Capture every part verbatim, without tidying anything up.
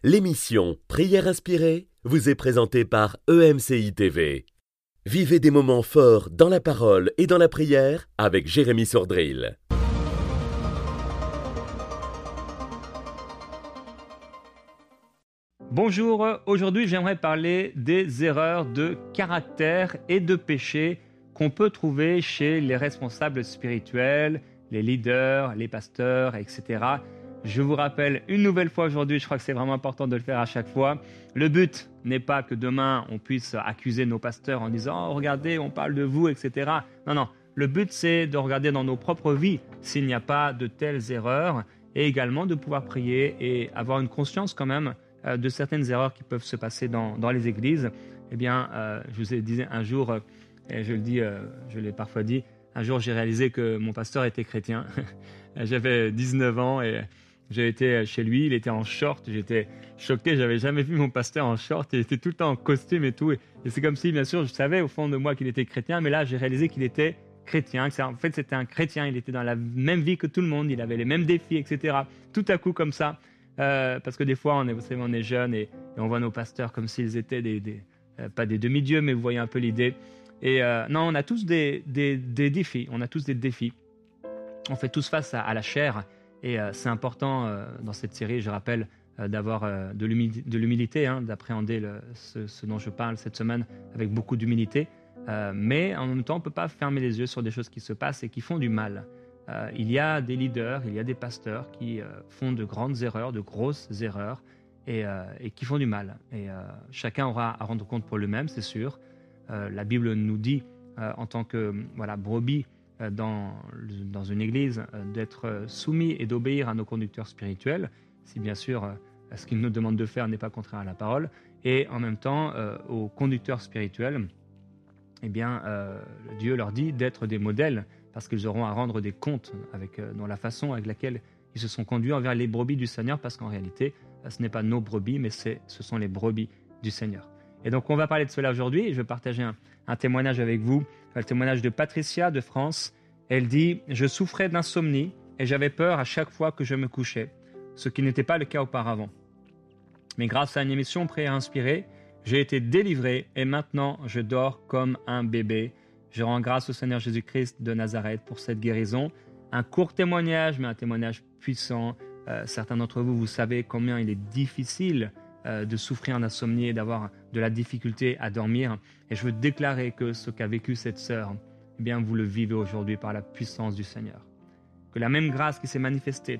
L'émission Prière inspirée vous est présentée par E M C I T V. Vivez des moments forts dans la parole et dans la prière avec Jérémy Sordrill. Bonjour, aujourd'hui j'aimerais parler des erreurs de caractère et de péché qu'on peut trouver chez les responsables spirituels, les leaders, les pasteurs, et cetera. Je vous rappelle une nouvelle fois aujourd'hui, je crois que c'est vraiment important de le faire à chaque fois. Le but n'est pas que demain on puisse accuser nos pasteurs en disant « Oh, regardez, on parle de vous, et cetera » Non, non, le but c'est de regarder dans nos propres vies s'il n'y a pas de telles erreurs et également de pouvoir prier et avoir une conscience quand même euh, de certaines erreurs qui peuvent se passer dans, dans les églises. Eh bien, euh, je vous ai dit un jour, euh, et je le dis, euh, je l'ai parfois dit, un jour j'ai réalisé que mon pasteur était chrétien. J'avais dix-neuf ans et j'ai été chez lui, il était en short, j'étais choqué, j'avais jamais vu mon pasteur en short, il était tout le temps en costume et tout. Et, et c'est comme si, bien sûr, je savais au fond de moi qu'il était chrétien, mais là j'ai réalisé qu'il était chrétien, que ça, en fait c'était un chrétien, il était dans la même vie que tout le monde, il avait les mêmes défis, et cetera. Tout à coup comme ça, euh, parce que des fois, on est, vous savez, on est jeune et, et on voit nos pasteurs comme s'ils étaient des, des euh, pas des demi-dieux, mais vous voyez un peu l'idée. Et euh, non, on a tous des, des, des défis, on a tous des défis. On fait tous face à, à la chair. Et euh, c'est important euh, dans cette série, je rappelle, euh, d'avoir euh, de, l'humilité, de l'humilité, hein, d'appréhender le, ce, ce dont je parle cette semaine avec beaucoup d'humilité. Euh, mais en même temps, on ne peut pas fermer les yeux sur des choses qui se passent et qui font du mal. Euh, il y a des leaders, il y a des pasteurs qui euh, font de grandes erreurs, de grosses erreurs et, euh, et qui font du mal. Et euh, chacun aura à rendre compte pour lui-même, c'est sûr. Euh, la Bible nous dit, euh, en tant que voilà, brebis, Dans, dans une église, d'être soumis et d'obéir à nos conducteurs spirituels, si bien sûr ce qu'ils nous demandent de faire n'est pas contraire à la parole, et en même temps euh, aux conducteurs spirituels, eh bien, euh, Dieu leur dit d'être des modèles, parce qu'ils auront à rendre des comptes avec, euh, dans la façon avec laquelle ils se sont conduits envers les brebis du Seigneur, parce qu'en réalité, ce n'est pas nos brebis, mais c'est, ce sont les brebis du Seigneur. Et donc on va parler de cela aujourd'hui, et je vais partager un, un témoignage avec vous, le témoignage de Patricia de France. Elle dit « Je souffrais d'insomnie et j'avais peur à chaque fois que je me couchais, ce qui n'était pas le cas auparavant. Mais grâce à une émission Prière inspirée, j'ai été délivré et maintenant je dors comme un bébé. Je rends grâce au Seigneur Jésus-Christ de Nazareth pour cette guérison. » Un court témoignage, mais un témoignage puissant. Euh, certains d'entre vous, vous savez combien il est difficile euh, de souffrir d'insomnie et d'avoir de la difficulté à dormir. Et je veux déclarer que ce qu'a vécu cette sœur, eh bien, vous le vivez aujourd'hui par la puissance du Seigneur. Que la même grâce qui s'est manifestée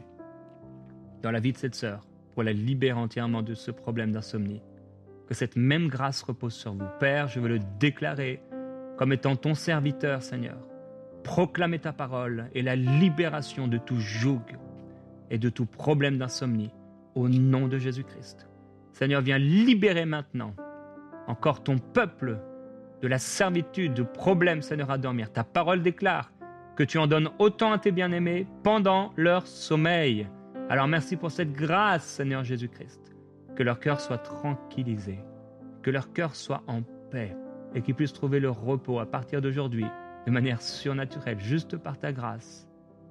dans la vie de cette sœur pour la libérer entièrement de ce problème d'insomnie, que cette même grâce repose sur vous. Père, je veux le déclarer comme étant ton serviteur, Seigneur. Proclamer ta parole et la libération de tout joug et de tout problème d'insomnie au nom de Jésus-Christ. Seigneur, viens libérer maintenant encore ton peuple de la servitude, de problèmes, Seigneur, à dormir. Ta parole déclare que tu en donnes autant à tes bien-aimés pendant leur sommeil. Alors merci pour cette grâce, Seigneur Jésus-Christ. Que leur cœur soit tranquillisé, que leur cœur soit en paix et qu'ils puissent trouver le repos à partir d'aujourd'hui de manière surnaturelle, juste par ta grâce.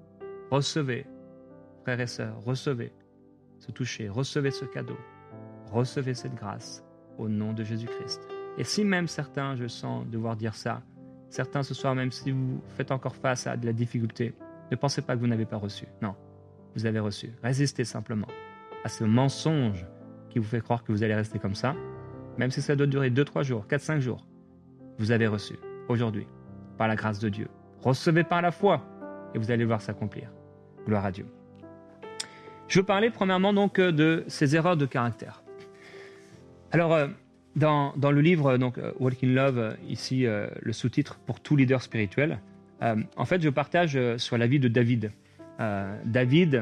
Recevez, frères et sœurs, recevez ce toucher, recevez ce cadeau, recevez cette grâce au nom de Jésus-Christ. Et si même certains, je sens devoir dire ça, certains ce soir, même si vous faites encore face à de la difficulté, ne pensez pas que vous n'avez pas reçu. Non, vous avez reçu. Résistez simplement à ce mensonge qui vous fait croire que vous allez rester comme ça, même si ça doit durer deux, trois jours, quatre, cinq jours. Vous avez reçu aujourd'hui, par la grâce de Dieu. Recevez par la foi et vous allez voir s'accomplir. Gloire à Dieu. Je veux parler premièrement donc de ces erreurs de caractère. Alors, euh, Dans, dans le livre donc, uh, Walk in Love, euh, ici euh, le sous-titre pour tout leader spirituel, euh, en fait je partage euh, sur la vie de David. Euh, David,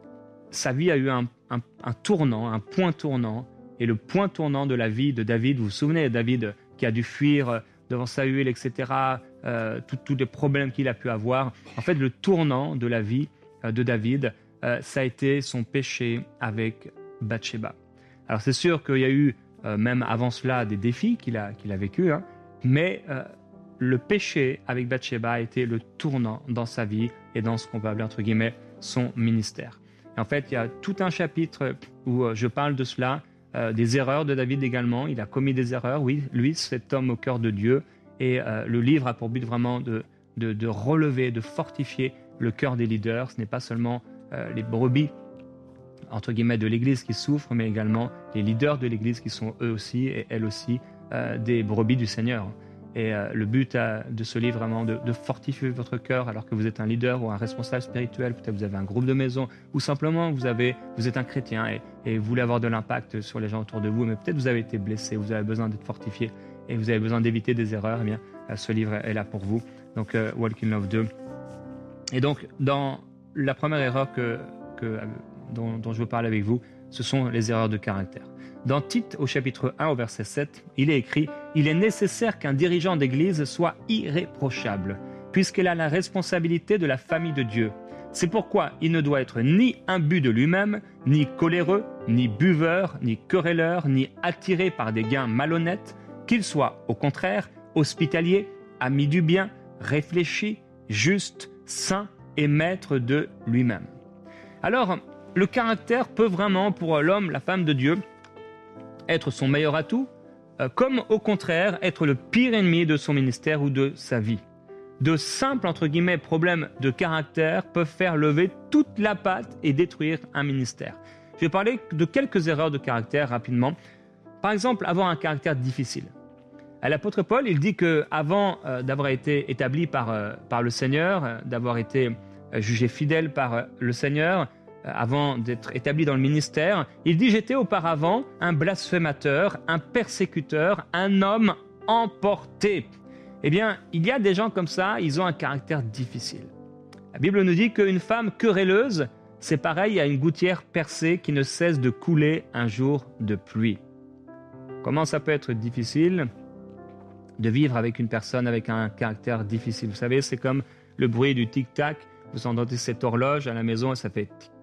sa vie a eu un, un, un tournant, un point tournant, et le point tournant de la vie de David, vous vous souvenez, David qui a dû fuir devant Saül, et cetera, euh, tous les problèmes qu'il a pu avoir. En fait, le tournant de la vie euh, de David, euh, ça a été son péché avec Bathsheba. Alors c'est sûr qu'il y a eu Euh, même avant cela, des défis qu'il a, qu'il a vécu, hein. mais euh, le péché avec Bathsheba a été le tournant dans sa vie et dans ce qu'on peut appeler, entre guillemets, son ministère. Et en fait, il y a tout un chapitre où euh, je parle de cela, euh, des erreurs de David également. Il a commis des erreurs, oui, lui, cet homme au cœur de Dieu. Et euh, le livre a pour but vraiment de, de, de relever, de fortifier le cœur des leaders. Ce n'est pas seulement euh, les brebis, entre guillemets, de l'Église qui souffrent, mais également les leaders de l'Église qui sont eux aussi et elles aussi euh, des brebis du Seigneur. Et euh, le but euh, de ce livre, vraiment, de, de fortifier votre cœur alors que vous êtes un leader ou un responsable spirituel, peut-être vous avez un groupe de maison, ou simplement vous, avez, vous êtes un chrétien et, et vous voulez avoir de l'impact sur les gens autour de vous, mais peut-être vous avez été blessé, vous avez besoin d'être fortifié et vous avez besoin d'éviter des erreurs, eh bien, euh, ce livre est là pour vous. Donc, euh, Walk in Love deux. Et donc, dans la première erreur que, que, dont, dont je veux parler avec vous, ce sont les erreurs de caractère. Dans Tite, au chapitre un, au verset sept, il est écrit « Il est nécessaire qu'un dirigeant d'église soit irréprochable, puisqu'il a la responsabilité de la famille de Dieu. C'est pourquoi il ne doit être ni imbu de lui-même, ni coléreux, ni buveur, ni querelleur, ni attiré par des gains malhonnêtes, qu'il soit, au contraire, hospitalier, ami du bien, réfléchi, juste, saint et maître de lui-même. » Alors, le caractère peut vraiment, pour l'homme, la femme de Dieu, être son meilleur atout, euh, comme au contraire être le pire ennemi de son ministère ou de sa vie. De simples, entre guillemets, problèmes de caractère peuvent faire lever toute la patte et détruire un ministère. Je vais parler de quelques erreurs de caractère rapidement. Par exemple, avoir un caractère difficile. À l'apôtre Paul, il dit qu'avant euh, d'avoir été établi par, euh, par le Seigneur, euh, d'avoir été euh, jugé fidèle par euh, le Seigneur, avant d'être établi dans le ministère, il dit « J'étais auparavant un blasphémateur, un persécuteur, un homme emporté. » Eh bien, il y a des gens comme ça, ils ont un caractère difficile. La Bible nous dit qu'une femme querelleuse, c'est pareil à une gouttière percée qui ne cesse de couler un jour de pluie. Comment ça peut être difficile de vivre avec une personne avec un caractère difficile? Vous savez, c'est comme le bruit du tic-tac. Vous entendez cette horloge à la maison et ça fait tic.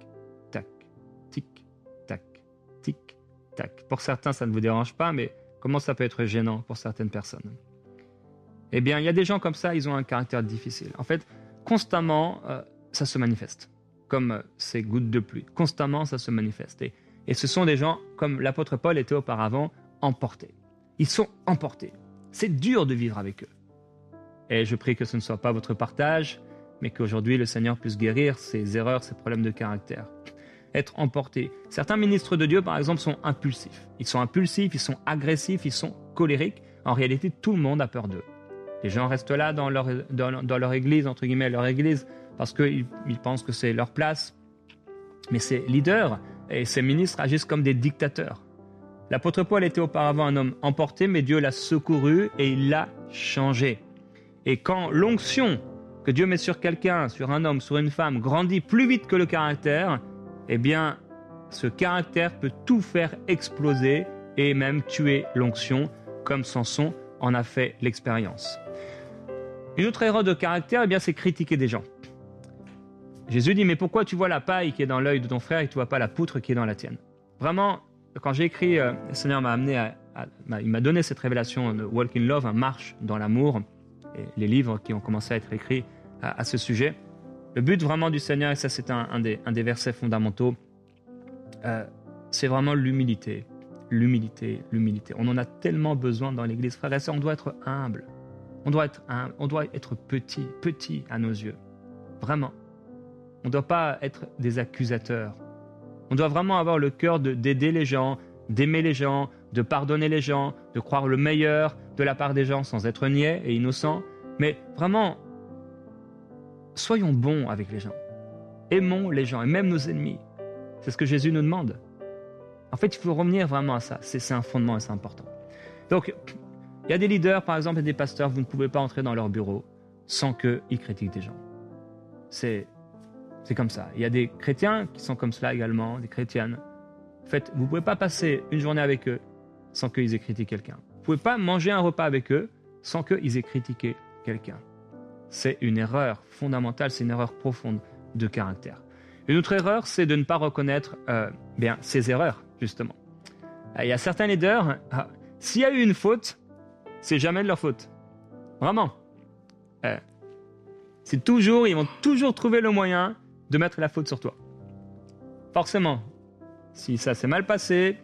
Tic-tac, tic-tac. Pour certains, ça ne vous dérange pas, mais comment ça peut être gênant pour certaines personnes? Eh bien, il y a des gens comme ça, ils ont un caractère difficile. En fait, constamment, euh, ça se manifeste, comme euh, ces gouttes de pluie. Constamment, ça se manifeste. Et, et ce sont des gens, comme l'apôtre Paul était auparavant, emportés. Ils sont emportés. C'est dur de vivre avec eux. Et je prie que ce ne soit pas votre partage, mais qu'aujourd'hui, le Seigneur puisse guérir ces erreurs, ces problèmes de caractère. Être emporté. Certains ministres de Dieu, par exemple, sont impulsifs. Ils sont impulsifs, ils sont agressifs, ils sont colériques. En réalité, tout le monde a peur d'eux. Les gens restent là dans leur, dans, dans leur église, entre guillemets, leur église, parce qu'ils ils pensent que c'est leur place. Mais ces leaders et ces ministres agissent comme des dictateurs. L'apôtre Paul était auparavant un homme emporté, mais Dieu l'a secouru et il l'a changé. Et quand l'onction que Dieu met sur quelqu'un, sur un homme, sur une femme, grandit plus vite que le caractère, eh bien, ce caractère peut tout faire exploser et même tuer l'onction, comme Samson en a fait l'expérience. Une autre erreur de caractère, eh bien, c'est critiquer des gens. Jésus dit, mais pourquoi tu vois la paille qui est dans l'œil de ton frère et tu ne vois pas la poutre qui est dans la tienne? Vraiment, quand j'ai écrit, euh, le Seigneur m'a amené à, à, à, il m'a donné cette révélation de Walk in Love, un marche dans l'amour, et les livres qui ont commencé à être écrits à, à ce sujet. Le but vraiment du Seigneur, et ça c'est un, un, des, un des versets fondamentaux, euh, c'est vraiment l'humilité, l'humilité, l'humilité. On en a tellement besoin dans l'Église, frères et sœurs, on doit être humble, on doit être humble, on doit être petit, petit à nos yeux, vraiment. On ne doit pas être des accusateurs. On doit vraiment avoir le cœur de, d'aider les gens, d'aimer les gens, de pardonner les gens, de croire le meilleur de la part des gens sans être niais et innocent. Mais vraiment, soyons bons avec les gens. Aimons les gens et même nos ennemis. C'est ce que Jésus nous demande. En fait, il faut revenir vraiment à ça. C'est, c'est un fondement et c'est important. Donc, il y a des leaders, par exemple, et des pasteurs, vous ne pouvez pas entrer dans leur bureau sans qu'ils critiquent des gens. C'est... C'est comme ça. Il y a des chrétiens qui sont comme cela également, des chrétiennes. En fait, vous ne pouvez pas passer une journée avec eux sans qu'ils aient critiqué quelqu'un. Vous ne pouvez pas manger un repas avec eux sans qu'ils aient critiqué quelqu'un. C'est une erreur fondamentale, c'est une erreur profonde de caractère. Une autre erreur, c'est de ne pas reconnaître euh, bien, ces erreurs, justement. Il y a certains leaders, ah, s'il y a eu une faute, c'est jamais de leur faute. Vraiment. Euh, c'est toujours, ils vont toujours trouver le moyen de mettre la faute sur toi. Forcément, si ça s'est mal passé,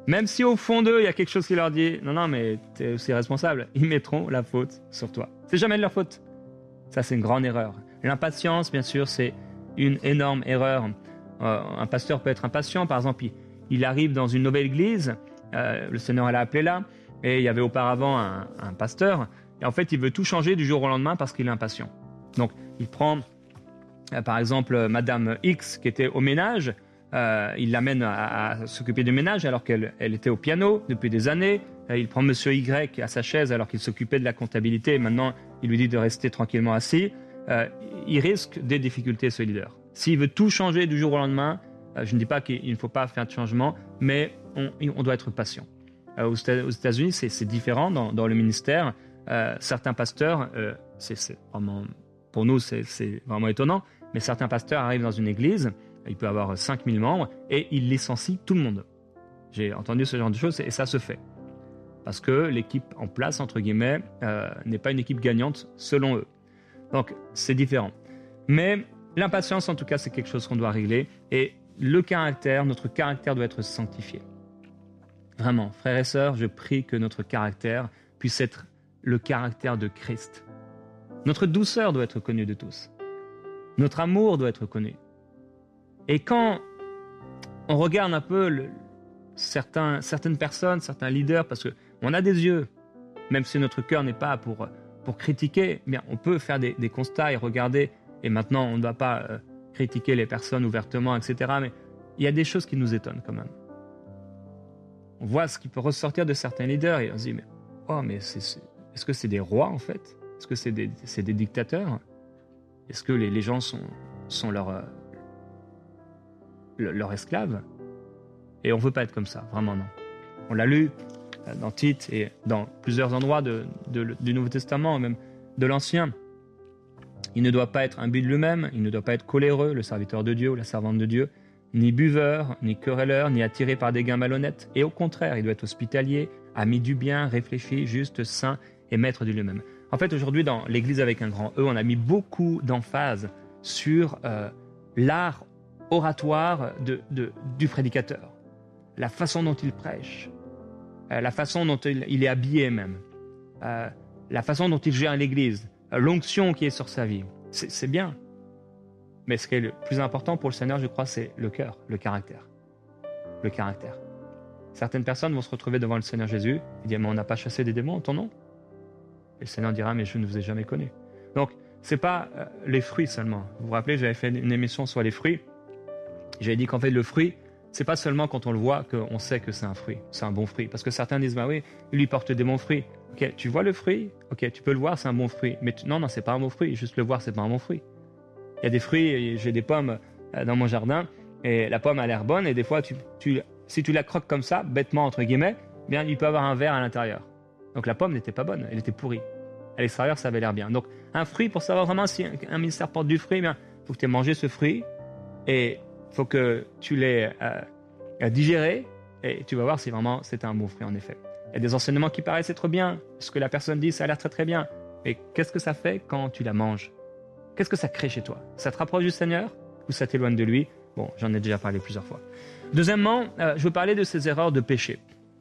Même si au fond d'eux, il y a quelque chose qui leur dit « Non, non, mais tu es aussi responsable », ils mettront la faute sur toi. C'est jamais de leur faute. Ça, c'est une grande erreur. L'impatience, bien sûr, c'est une énorme erreur. Euh, un pasteur peut être impatient. Par exemple, il, il arrive dans une nouvelle église, euh, le Seigneur l'a appelé là, et il y avait auparavant un, un pasteur, et en fait, il veut tout changer du jour au lendemain parce qu'il est impatient. Donc, il prend, euh, par exemple, Madame X qui était au ménage, Euh, il l'amène à, à s'occuper du ménage alors qu'elle elle était au piano depuis des années. Euh, il prend Monsieur Y à sa chaise alors qu'il s'occupait de la comptabilité. Et maintenant, il lui dit de rester tranquillement assis. Euh, il risque des difficultés, ce leader. S'il veut tout changer du jour au lendemain, euh, je ne dis pas qu'il ne faut pas faire de changement, mais on, on doit être patient. Euh, aux États-Unis, c'est, c'est différent dans, dans le ministère. Euh, certains pasteurs, euh, c'est, c'est vraiment, pour nous, c'est, c'est vraiment étonnant, mais certains pasteurs arrivent dans une église. Il peut avoir cinq mille membres et il licencie tout le monde. J'ai entendu ce genre de choses et ça se fait. Parce que l'équipe en place, entre guillemets, euh, n'est pas une équipe gagnante selon eux. Donc, c'est différent. Mais l'impatience, en tout cas, c'est quelque chose qu'on doit régler. Et le caractère, notre caractère doit être sanctifié. Vraiment, frères et sœurs, je prie que notre caractère puisse être le caractère de Christ. Notre douceur doit être connue de tous. Notre amour doit être connu. Et quand on regarde un peu le, certains, certaines personnes, certains leaders, parce qu'on a des yeux, même si notre cœur n'est pas pour, pour critiquer, bien, on peut faire des, des constats et regarder. Et maintenant, on ne doit pas euh, critiquer les personnes ouvertement, et cetera. Mais il y a des choses qui nous étonnent quand même. On voit ce qui peut ressortir de certains leaders et on se dit, mais, oh, mais c'est, c'est, est-ce que c'est des rois en fait? Est-ce que c'est des, c'est des dictateurs? Est-ce que les, les gens sont, sont leurs... Euh, leur esclave. Et on ne veut pas être comme ça, vraiment non. On l'a lu dans Tite et dans plusieurs endroits de, de, du Nouveau Testament, même de l'Ancien. Il ne doit pas être imbu de lui-même, il ne doit pas être coléreux, le serviteur de Dieu ou la servante de Dieu, ni buveur, ni querelleur, ni attiré par des gains malhonnêtes. Et au contraire, il doit être hospitalier, ami du bien, réfléchi, juste, saint et maître de lui-même. En fait, aujourd'hui, dans l'Église avec un grand E, on a mis beaucoup d'emphase sur euh, l'art oratoire de, de, du prédicateur, la façon dont il prêche, euh, la façon dont il, il est habillé même, euh, la façon dont il gère l'Église, euh, l'onction qui est sur sa vie. C'est, c'est bien. Mais ce qui est le plus important pour le Seigneur, je crois, c'est le cœur, le caractère. Le caractère. Certaines personnes vont se retrouver devant le Seigneur Jésus et dire « Mais on n'a pas chassé des démons en ton nom ?» Et le Seigneur dira « Mais je ne vous ai jamais connu. » Donc, ce n'est pas euh, les fruits seulement. Vous vous rappelez, j'avais fait une émission sur les fruits. J'avais dit qu'en fait, le fruit, c'est pas seulement quand on le voit qu'on sait que c'est un fruit, c'est un bon fruit. Parce que certains disent, bah oui, lui porte des bons fruits. Ok, tu vois le fruit, ok, tu peux le voir, c'est un bon fruit. Mais tu... non, non, c'est pas un bon fruit, juste le voir, c'est pas un bon fruit. Il y a des fruits, j'ai des pommes dans mon jardin, et la pomme a l'air bonne, et des fois, tu, tu, si tu la croques comme ça, bêtement, entre guillemets, bien, il peut avoir un verre à l'intérieur. Donc la pomme n'était pas bonne, elle était pourrie. À l'extérieur, ça avait l'air bien. Donc, un fruit, pour savoir vraiment si un, un ministère porte du fruit, bien, il faut que tu aies mangé ce fruit, et il faut que tu l'aies euh, digéré et tu vas voir si vraiment c'est un bon fruit en effet. Il y a des enseignements qui paraissent être bien. Ce que la personne dit, ça a l'air très très bien. Mais qu'est-ce que ça fait quand tu la manges? Qu'est-ce que ça crée chez toi? Ça te rapproche du Seigneur ou ça t'éloigne de lui? Bon, j'en ai déjà parlé plusieurs fois. Deuxièmement, euh, je veux parler de ces erreurs de péché.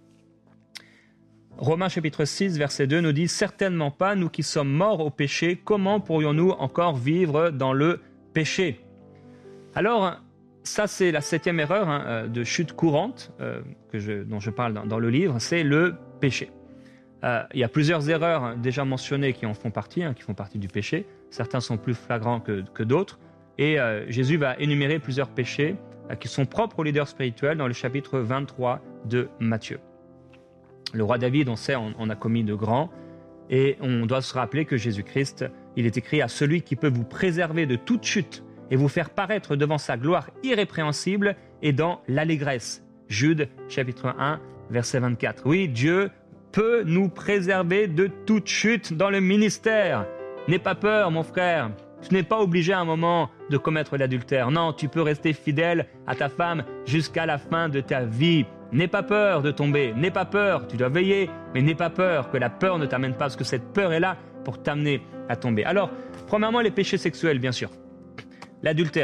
Romains chapitre six, verset deux nous dit « Certainement pas, nous qui sommes morts au péché, comment pourrions-nous encore vivre dans le péché ?» Alors, ça, c'est la septième erreur hein, de chute courante euh, que je, dont je parle dans, dans le livre, c'est le péché. Euh, il y a plusieurs erreurs hein, déjà mentionnées qui en font partie, hein, qui font partie du péché. Certains sont plus flagrants que, que d'autres. Et euh, Jésus va énumérer plusieurs péchés euh, qui sont propres aux leaders spirituels dans le chapitre vingt-trois de Matthieu. Le roi David, on sait, on, on a commis de grands. Et on doit se rappeler que Jésus-Christ, il est écrit à celui qui peut vous préserver de toute chute et vous faire paraître devant sa gloire irrépréhensible et dans l'allégresse. Jude, chapitre un, verset vingt-quatre. Oui, Dieu peut nous préserver de toute chute dans le ministère. N'aie pas peur, mon frère. Tu n'es pas obligé à un moment de commettre l'adultère. Non, tu peux rester fidèle à ta femme jusqu'à la fin de ta vie. N'aie pas peur de tomber. N'aie pas peur. Tu dois veiller, mais n'aie pas peur que la peur ne t'amène pas, parce que cette peur est là pour t'amener à tomber. Alors, premièrement, les péchés sexuels, bien sûr. L'adultère.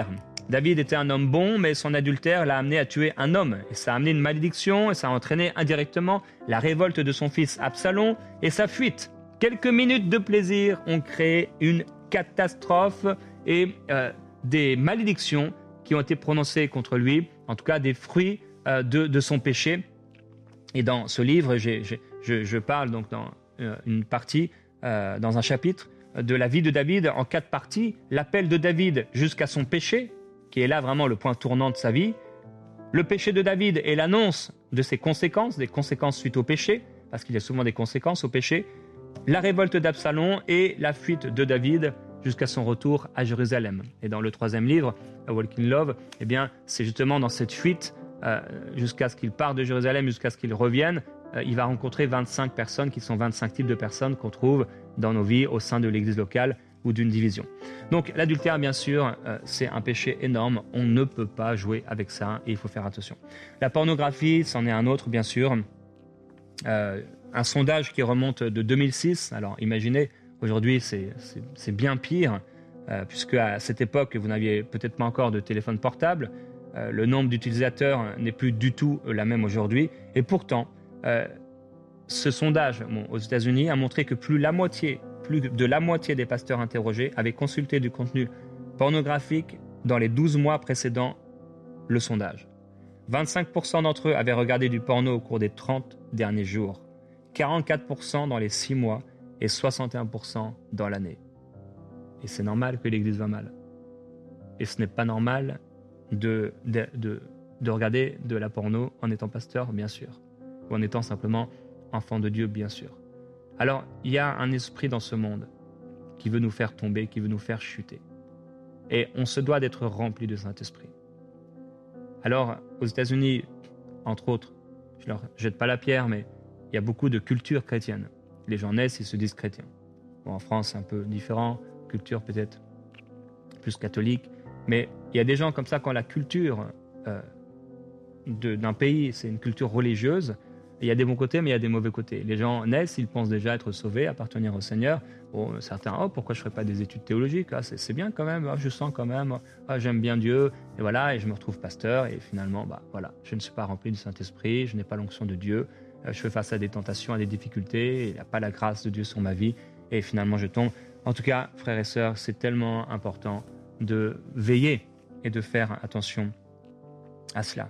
David était un homme bon, mais son adultère l'a amené à tuer un homme. Et ça a amené une malédiction, et ça a entraîné indirectement la révolte de son fils Absalom et sa fuite. Quelques minutes de plaisir ont créé une catastrophe et euh, des malédictions qui ont été prononcées contre lui, en tout cas des fruits euh, de, de son péché. Et dans ce livre, j'ai, j'ai, je, je parle donc dans euh, une partie, euh, dans un chapitre, de la vie de David en quatre parties. L'appel de David jusqu'à son péché, qui est là vraiment le point tournant de sa vie. Le péché de David et l'annonce de ses conséquences, des conséquences suite au péché, parce qu'il y a souvent des conséquences au péché. La révolte d'Absalom et la fuite de David jusqu'à son retour à Jérusalem. Et dans le troisième livre, A Walk in Love, eh bien, c'est justement dans cette fuite, euh, jusqu'à ce qu'il parte de Jérusalem, jusqu'à ce qu'il revienne, euh, il va rencontrer vingt-cinq personnes qui sont vingt-cinq types de personnes qu'on trouve dans nos vies au sein de l'église locale ou d'une division. Donc l'adultère, bien sûr, euh, c'est un péché énorme. On ne peut pas jouer avec ça et il faut faire attention. La pornographie, c'en est un autre, bien sûr. Euh, un sondage qui remonte de deux mille six. Alors imaginez, aujourd'hui, c'est, c'est, c'est bien pire, euh, puisque à cette époque, vous n'aviez peut-être pas encore de téléphone portable. Euh, le nombre d'utilisateurs n'est plus du tout la même aujourd'hui. Et pourtant, euh, ce sondage bon, aux États-Unis a montré que plus la moitié Plus de la moitié des pasteurs interrogés avaient consulté du contenu pornographique dans les douze mois précédant le sondage. vingt-cinq pour cent d'entre eux avaient regardé du porno au cours des trente derniers jours, quarante-quatre pour cent dans les six mois et soixante et un pour cent dans l'année. Et c'est normal que l'Église va mal. Et ce n'est pas normal de, de, de, de regarder de la porno en étant pasteur, bien sûr, ou en étant simplement enfant de Dieu, bien sûr. Alors, il y a un esprit dans ce monde qui veut nous faire tomber, qui veut nous faire chuter. Et on se doit d'être rempli de Saint-Esprit. Alors, aux États-Unis, entre autres, je ne leur jette pas la pierre, mais il y a beaucoup de culture chrétienne. Les gens naissent, ils se disent chrétiens. Bon, en France, c'est un peu différent, culture peut-être plus catholique, mais il y a des gens comme ça qui ont la culture euh, de, d'un pays, c'est une culture religieuse. Il y a des bons côtés, mais il y a des mauvais côtés. Les gens naissent, ils pensent déjà être sauvés, appartenir au Seigneur. Bon, certains, oh, pourquoi je ne ferais pas des études théologiques? Ah, c'est, c'est bien quand même, ah, je sens quand même, ah, j'aime bien Dieu. Et voilà, et je me retrouve pasteur. Et finalement, bah, voilà, je ne suis pas rempli du Saint-Esprit, je n'ai pas l'onction de Dieu. Euh, je fais face à des tentations, à des difficultés. Il n'y a pas la grâce de Dieu sur ma vie. Et finalement, je tombe. En tout cas, frères et sœurs, c'est tellement important de veiller et de faire attention à cela.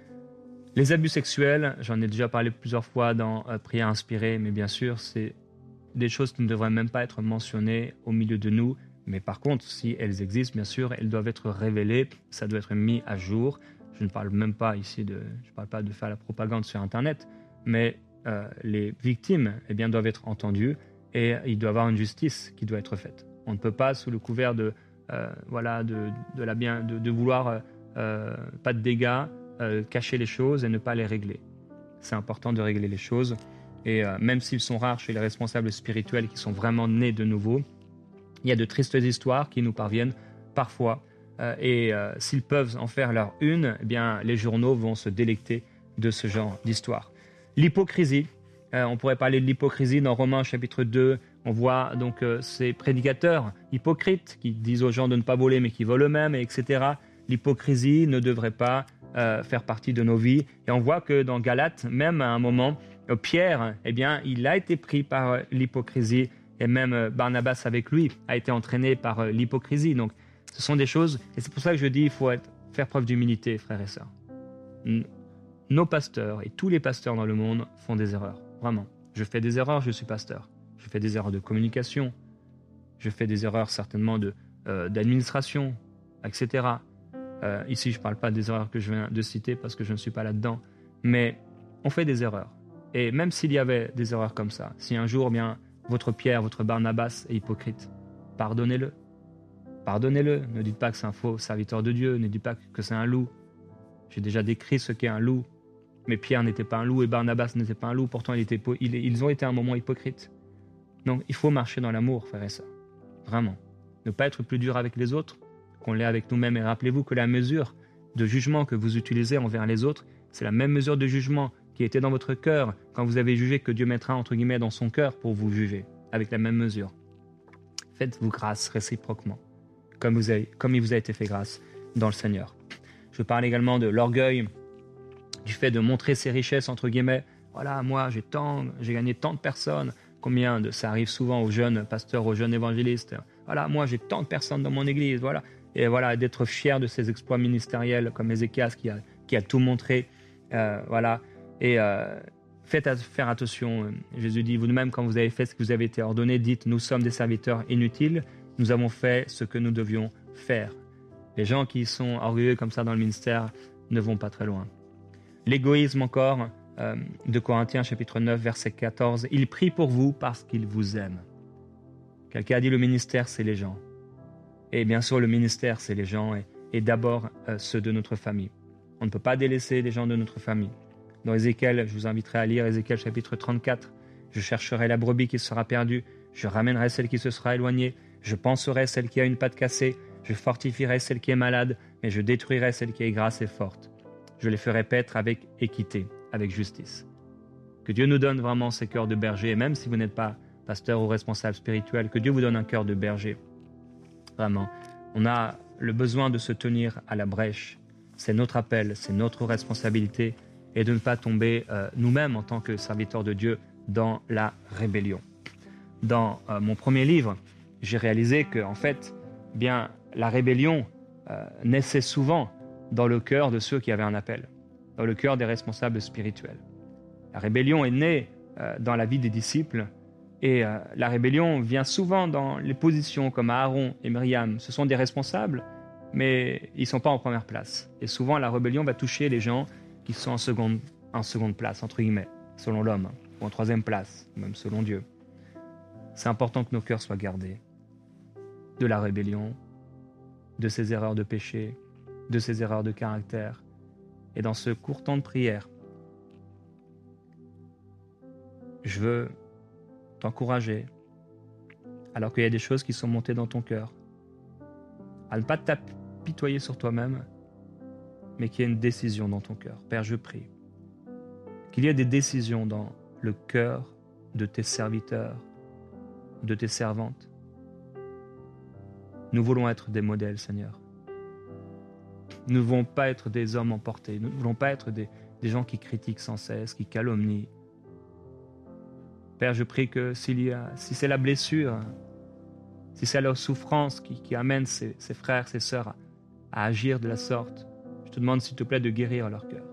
Les abus sexuels, j'en ai déjà parlé plusieurs fois dans euh, Prière inspirée, mais bien sûr, c'est des choses qui ne devraient même pas être mentionnées au milieu de nous. Mais par contre, si elles existent, bien sûr, elles doivent être révélées, ça doit être mis à jour. Je ne parle même pas ici de, je ne parle pas de faire la propagande sur Internet, mais euh, les victimes, eh bien, doivent être entendues et il doit y avoir une justice qui doit être faite. On ne peut pas, sous le couvert de, euh, voilà, de, de, la bien, de, de vouloir euh, pas de dégâts, Euh, cacher les choses et ne pas les régler. C'est important de régler les choses. Et euh, même s'ils sont rares chez les responsables spirituels qui sont vraiment nés de nouveau, il y a de tristes histoires qui nous parviennent parfois. Euh, et euh, s'ils peuvent en faire leur une, eh bien, les journaux vont se délecter de ce genre d'histoire. L'hypocrisie. Euh, on pourrait parler de l'hypocrisie dans Romains chapitre deux. On voit donc euh, ces prédicateurs hypocrites qui disent aux gens de ne pas voler mais qui volent eux-mêmes, et cetera. L'hypocrisie ne devrait pas Euh, faire partie de nos vies. Et on voit que dans Galates, même à un moment, euh, Pierre, eh bien, il a été pris par euh, l'hypocrisie et même euh, Barnabas avec lui a été entraîné par euh, l'hypocrisie. Donc, ce sont des choses, et c'est pour ça que je dis il faut être, faire preuve d'humilité, frères et sœurs. Nos pasteurs et tous les pasteurs dans le monde font des erreurs, vraiment. Je fais des erreurs, je suis pasteur. Je fais des erreurs de communication, je fais des erreurs certainement de, euh, d'administration, et cetera. Euh, ici, je ne parle pas des erreurs que je viens de citer parce que je ne suis pas là-dedans, mais on fait des erreurs. Et même s'il y avait des erreurs comme ça, si un jour, bien, votre Pierre, votre Barnabas est hypocrite, pardonnez-le. Pardonnez-le. Ne dites pas que c'est un faux serviteur de Dieu, ne dites pas que c'est un loup. J'ai déjà décrit ce qu'est un loup, mais Pierre n'était pas un loup et Barnabas n'était pas un loup, pourtant il était, il, ils ont été à un moment hypocrites. Donc, il faut marcher dans l'amour, frères et sœurs. Vraiment. Ne pas être plus dur avec les autres qu'on l'est avec nous-mêmes. Et rappelez-vous que la mesure de jugement que vous utilisez envers les autres, c'est la même mesure de jugement qui était dans votre cœur quand vous avez jugé que Dieu mettra entre guillemets dans son cœur pour vous juger, avec la même mesure. Faites-vous grâce réciproquement, comme, vous avez, comme il vous a été fait grâce. dans le Seigneur. Je parle également de l'orgueil, du fait de montrer ses richesses, entre guillemets. Voilà, moi, j'ai tant, j'ai gagné tant de personnes. Combien de ça arrive souvent aux jeunes pasteurs, aux jeunes évangélistes. Voilà, moi, j'ai tant de personnes dans mon église. Voilà. Et voilà, d'être fier de ses exploits ministériels, comme Ézéchias qui a, qui a tout montré. Euh, voilà. Et euh, faites à, faire attention. Jésus dit, vous-même, quand vous avez fait ce que vous avez été ordonné, dites, nous sommes des serviteurs inutiles. Nous avons fait ce que nous devions faire. Les gens qui sont orgueilleux comme ça dans le ministère ne vont pas très loin. L'égoïsme encore, euh, de Corinthiens chapitre neuf, verset quatorze. Il prie pour vous parce qu'il vous aime. Quelqu'un a dit le ministère, c'est les gens. Et bien sûr, le ministère, c'est les gens et, et d'abord euh, ceux de notre famille. On ne peut pas délaisser les gens de notre famille. Dans Ézéchiel, je vous inviterai à lire Ézéchiel chapitre trente-quatre. Je chercherai la brebis qui sera perdue. Je ramènerai celle qui se sera éloignée. Je penserai celle qui a une patte cassée. Je fortifierai celle qui est malade, mais je détruirai celle qui est grasse et forte. Je les ferai paître avec équité, avec justice. Que Dieu nous donne vraiment ces cœurs de berger, et même si vous n'êtes pas pasteur ou responsable spirituel, que Dieu vous donne un cœur de berger. Vraiment, on a le besoin de se tenir à la brèche. C'est notre appel, c'est notre responsabilité, et de ne pas tomber euh, nous-mêmes en tant que serviteurs de Dieu dans la rébellion. Dans euh, mon premier livre, j'ai réalisé que, en fait, bien, la rébellion euh, naissait souvent dans le cœur de ceux qui avaient un appel, dans le cœur des responsables spirituels. La rébellion est née euh, dans la vie des disciples et euh, la rébellion vient souvent dans les positions comme Aaron et Myriam. Ce sont des responsables, mais ils ne sont pas en première place. Et souvent, la rébellion va toucher les gens qui sont en seconde, en seconde place, entre guillemets, selon l'homme, ou en troisième place, même selon Dieu. C'est important que nos cœurs soient gardés de la rébellion, de ces erreurs de péché, de ces erreurs de caractère. Et dans ce court temps de prière, je veux t'encourager, alors qu'il y a des choses qui sont montées dans ton cœur, à ne pas t'apitoyer sur toi-même, mais qu'il y ait une décision dans ton cœur. Père, je prie qu'il y ait des décisions dans le cœur de tes serviteurs, de tes servantes. Nous voulons être des modèles, Seigneur. Nous ne voulons pas être des hommes emportés. Nous ne voulons pas être des, des gens qui critiquent sans cesse, qui calomnient. Père, je prie que s'il y a, si c'est la blessure, si c'est la souffrance qui, qui amène ses, ses frères, ses sœurs à, à agir de la sorte, je te demande s'il te plaît de guérir leur cœur.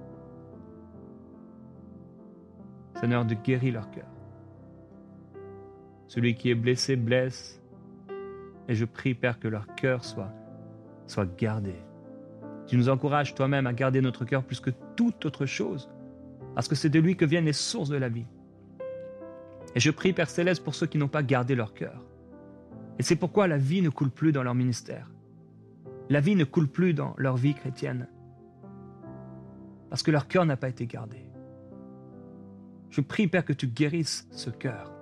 Seigneur, de guérir leur cœur. Celui qui est blessé blesse. Et je prie, Père, que leur cœur soit, soit gardé. Tu nous encourages toi-même à garder notre cœur plus que toute autre chose, parce que c'est de lui que viennent les sources de la vie. Et je prie, Père Céleste, pour ceux qui n'ont pas gardé leur cœur. Et c'est pourquoi la vie ne coule plus dans leur ministère. La vie ne coule plus dans leur vie chrétienne, parce que leur cœur n'a pas été gardé. Je prie, Père, que tu guérisses ce cœur.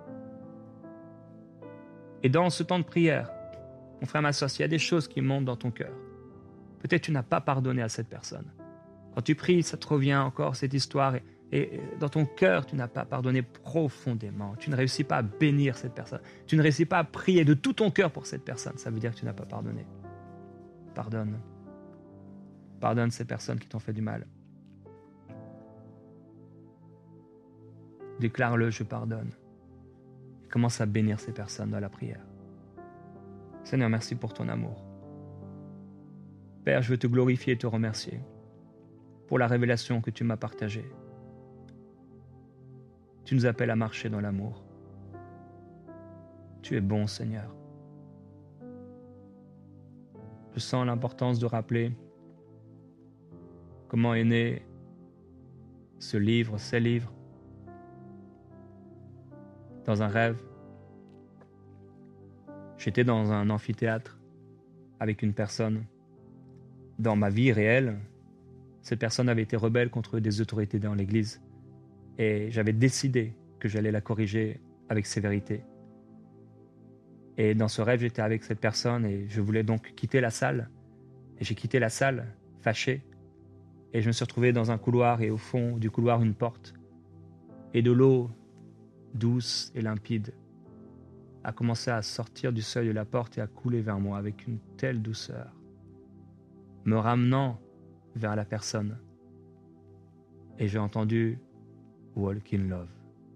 Et dans ce temps de prière, mon frère, ma soeur, s'il y a des choses qui montent dans ton cœur, peut-être tu n'as pas pardonné à cette personne. Quand tu pries, ça te revient encore, cette histoire, et, et dans ton cœur, tu n'as pas pardonné profondément. Tu ne réussis pas à bénir cette personne. Tu ne réussis pas à prier de tout ton cœur pour cette personne. Ça veut dire que tu n'as pas pardonné. Pardonne. Pardonne ces personnes qui t'ont fait du mal. Déclare-le, je pardonne. Et commence à bénir ces personnes dans la prière. Seigneur, merci pour ton amour. Père, je veux te glorifier et te remercier pour la révélation que tu m'as partagée. Tu nous appelles à marcher dans l'amour. Tu es bon, Seigneur. Je sens l'importance de rappeler comment est né ce livre, ces livres, dans un rêve. J'étais dans un amphithéâtre avec une personne. Dans ma vie réelle, cette personne avait été rebelle contre des autorités dans l'Église. Et j'avais décidé que j'allais la corriger avec sévérité. Et dans ce rêve, j'étais avec cette personne et je voulais donc quitter la salle. Et j'ai quitté la salle, fâché. Et je me suis retrouvé dans un couloir et au fond du couloir, une porte. Et de l'eau douce et limpide a commencé à sortir du seuil de la porte et à couler vers moi avec une telle douceur. me ramenant vers la personne. Et j'ai entendu « Walk in Love ».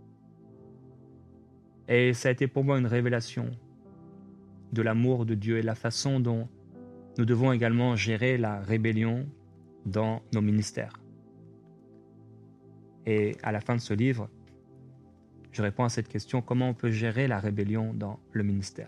Et ça a été pour moi une révélation de l'amour de Dieu et la façon dont nous devons également gérer la rébellion dans nos ministères. Et à la fin de ce livre, je réponds à cette question, comment on peut gérer la rébellion dans le ministère?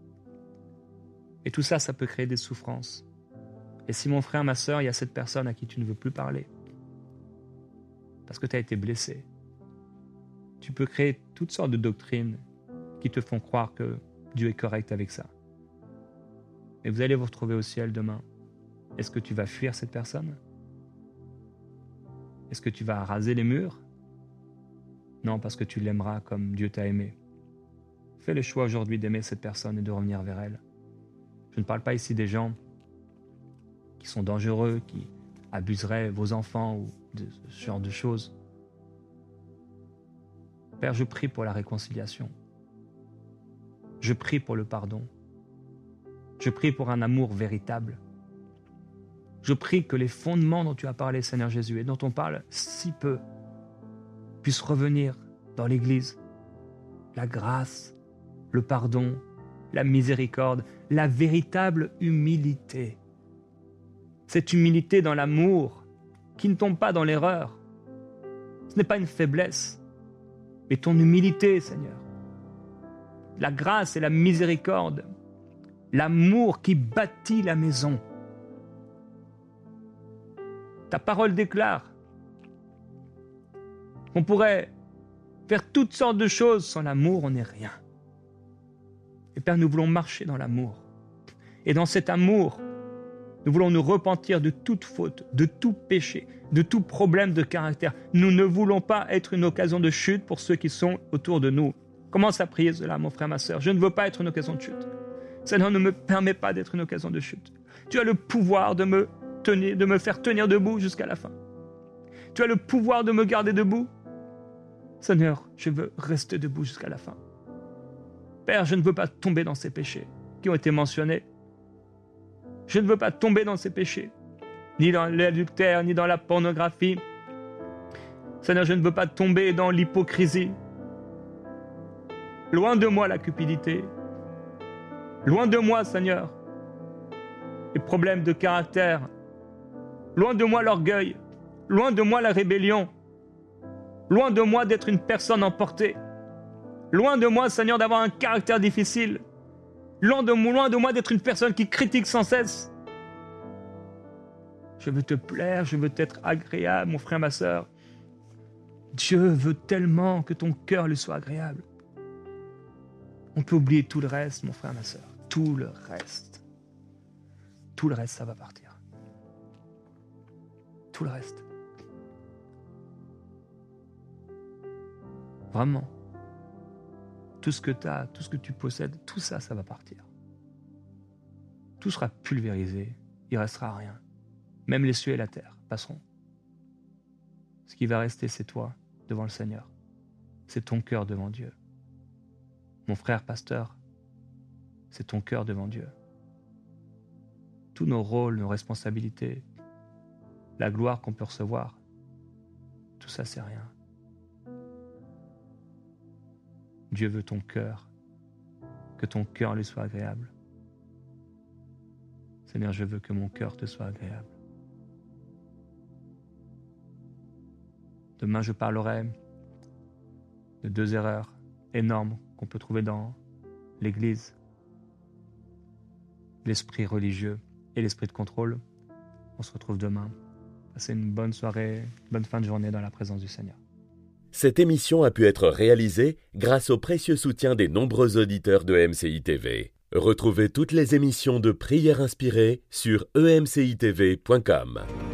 Et tout ça, ça peut créer des souffrances. Et si mon frère, ma sœur, il y a cette personne à qui tu ne veux plus parler, parce que tu as été blessé, tu peux créer toutes sortes de doctrines qui te font croire que Dieu est correct avec ça. Et vous allez vous retrouver au ciel demain. Est-ce que tu vas fuir cette personne? Est-ce que tu vas raser les murs? Non, parce que tu l'aimeras comme Dieu t'a aimé. Fais le choix aujourd'hui d'aimer cette personne et de revenir vers elle. Je ne parle pas ici des gens qui sont dangereux, qui abuseraient vos enfants ou de ce genre de choses. Père, je prie pour la réconciliation. Je prie pour le pardon. Je prie pour un amour véritable. Je prie que les fondements dont tu as parlé, Seigneur Jésus, et dont on parle si peu, puissent revenir dans l'Église. La grâce, le pardon, la miséricorde, la véritable humilité. Cette humilité dans l'amour qui ne tombe pas dans l'erreur. Ce n'est pas une faiblesse, mais ton humilité, Seigneur. La grâce et la miséricorde, l'amour qui bâtit la maison. Ta parole déclare qu'on pourrait faire toutes sortes de choses sans l'amour, on n'est rien. Et Père, nous voulons marcher dans l'amour. Et dans cet amour, nous voulons nous repentir de toute faute, de tout péché, de tout problème de caractère. Nous ne voulons pas être une occasion de chute pour ceux qui sont autour de nous. Commence à prier cela, mon frère, ma sœur. Je ne veux pas être une occasion de chute. Seigneur, ne me permets pas d'être une occasion de chute. Tu as le pouvoir de me tenir, de me faire tenir debout jusqu'à la fin. Tu as le pouvoir de me garder debout. Seigneur, je veux rester debout jusqu'à la fin. Père, je ne veux pas tomber dans ces péchés qui ont été mentionnés. Je ne veux pas tomber dans ces péchés, ni dans l'adultère, ni dans la pornographie. Seigneur, je ne veux pas tomber dans l'hypocrisie. Loin de moi la cupidité. Loin de moi, Seigneur, les problèmes de caractère. Loin de moi l'orgueil. Loin de moi la rébellion. Loin de moi d'être une personne emportée. Loin de moi, Seigneur, d'avoir un caractère difficile. Loin de, loin de moi d'être une personne qui critique sans cesse. Je veux te plaire, je veux t'être agréable, mon frère, ma sœur. Dieu veut tellement que ton cœur lui soit agréable. On peut oublier tout le reste, mon frère, ma sœur. Tout le reste. Tout le reste, ça va partir. Tout le reste. Vraiment. Tout ce que tu as, tout ce que tu possèdes, tout ça, ça va partir. Tout sera pulvérisé. Il ne restera rien. Même les cieux et la terre passeront. Ce qui va rester, c'est toi devant le Seigneur. C'est ton cœur devant Dieu. Mon frère pasteur, c'est ton cœur devant Dieu. Tous nos rôles, nos responsabilités, la gloire qu'on peut recevoir, tout ça, c'est rien. Dieu veut ton cœur, que ton cœur lui soit agréable. Seigneur, je veux que mon cœur te soit agréable. Demain, je parlerai de deux erreurs énormes qu'on peut trouver dans l'Église. L'esprit religieux et l'esprit de contrôle. On se retrouve demain. Passez une bonne soirée, une bonne fin de journée dans la présence du Seigneur. Cette émission a pu être réalisée grâce au précieux soutien des nombreux auditeurs de E M C I T V. Retrouvez toutes les émissions de Prières inspirées sur e m c i t v point com.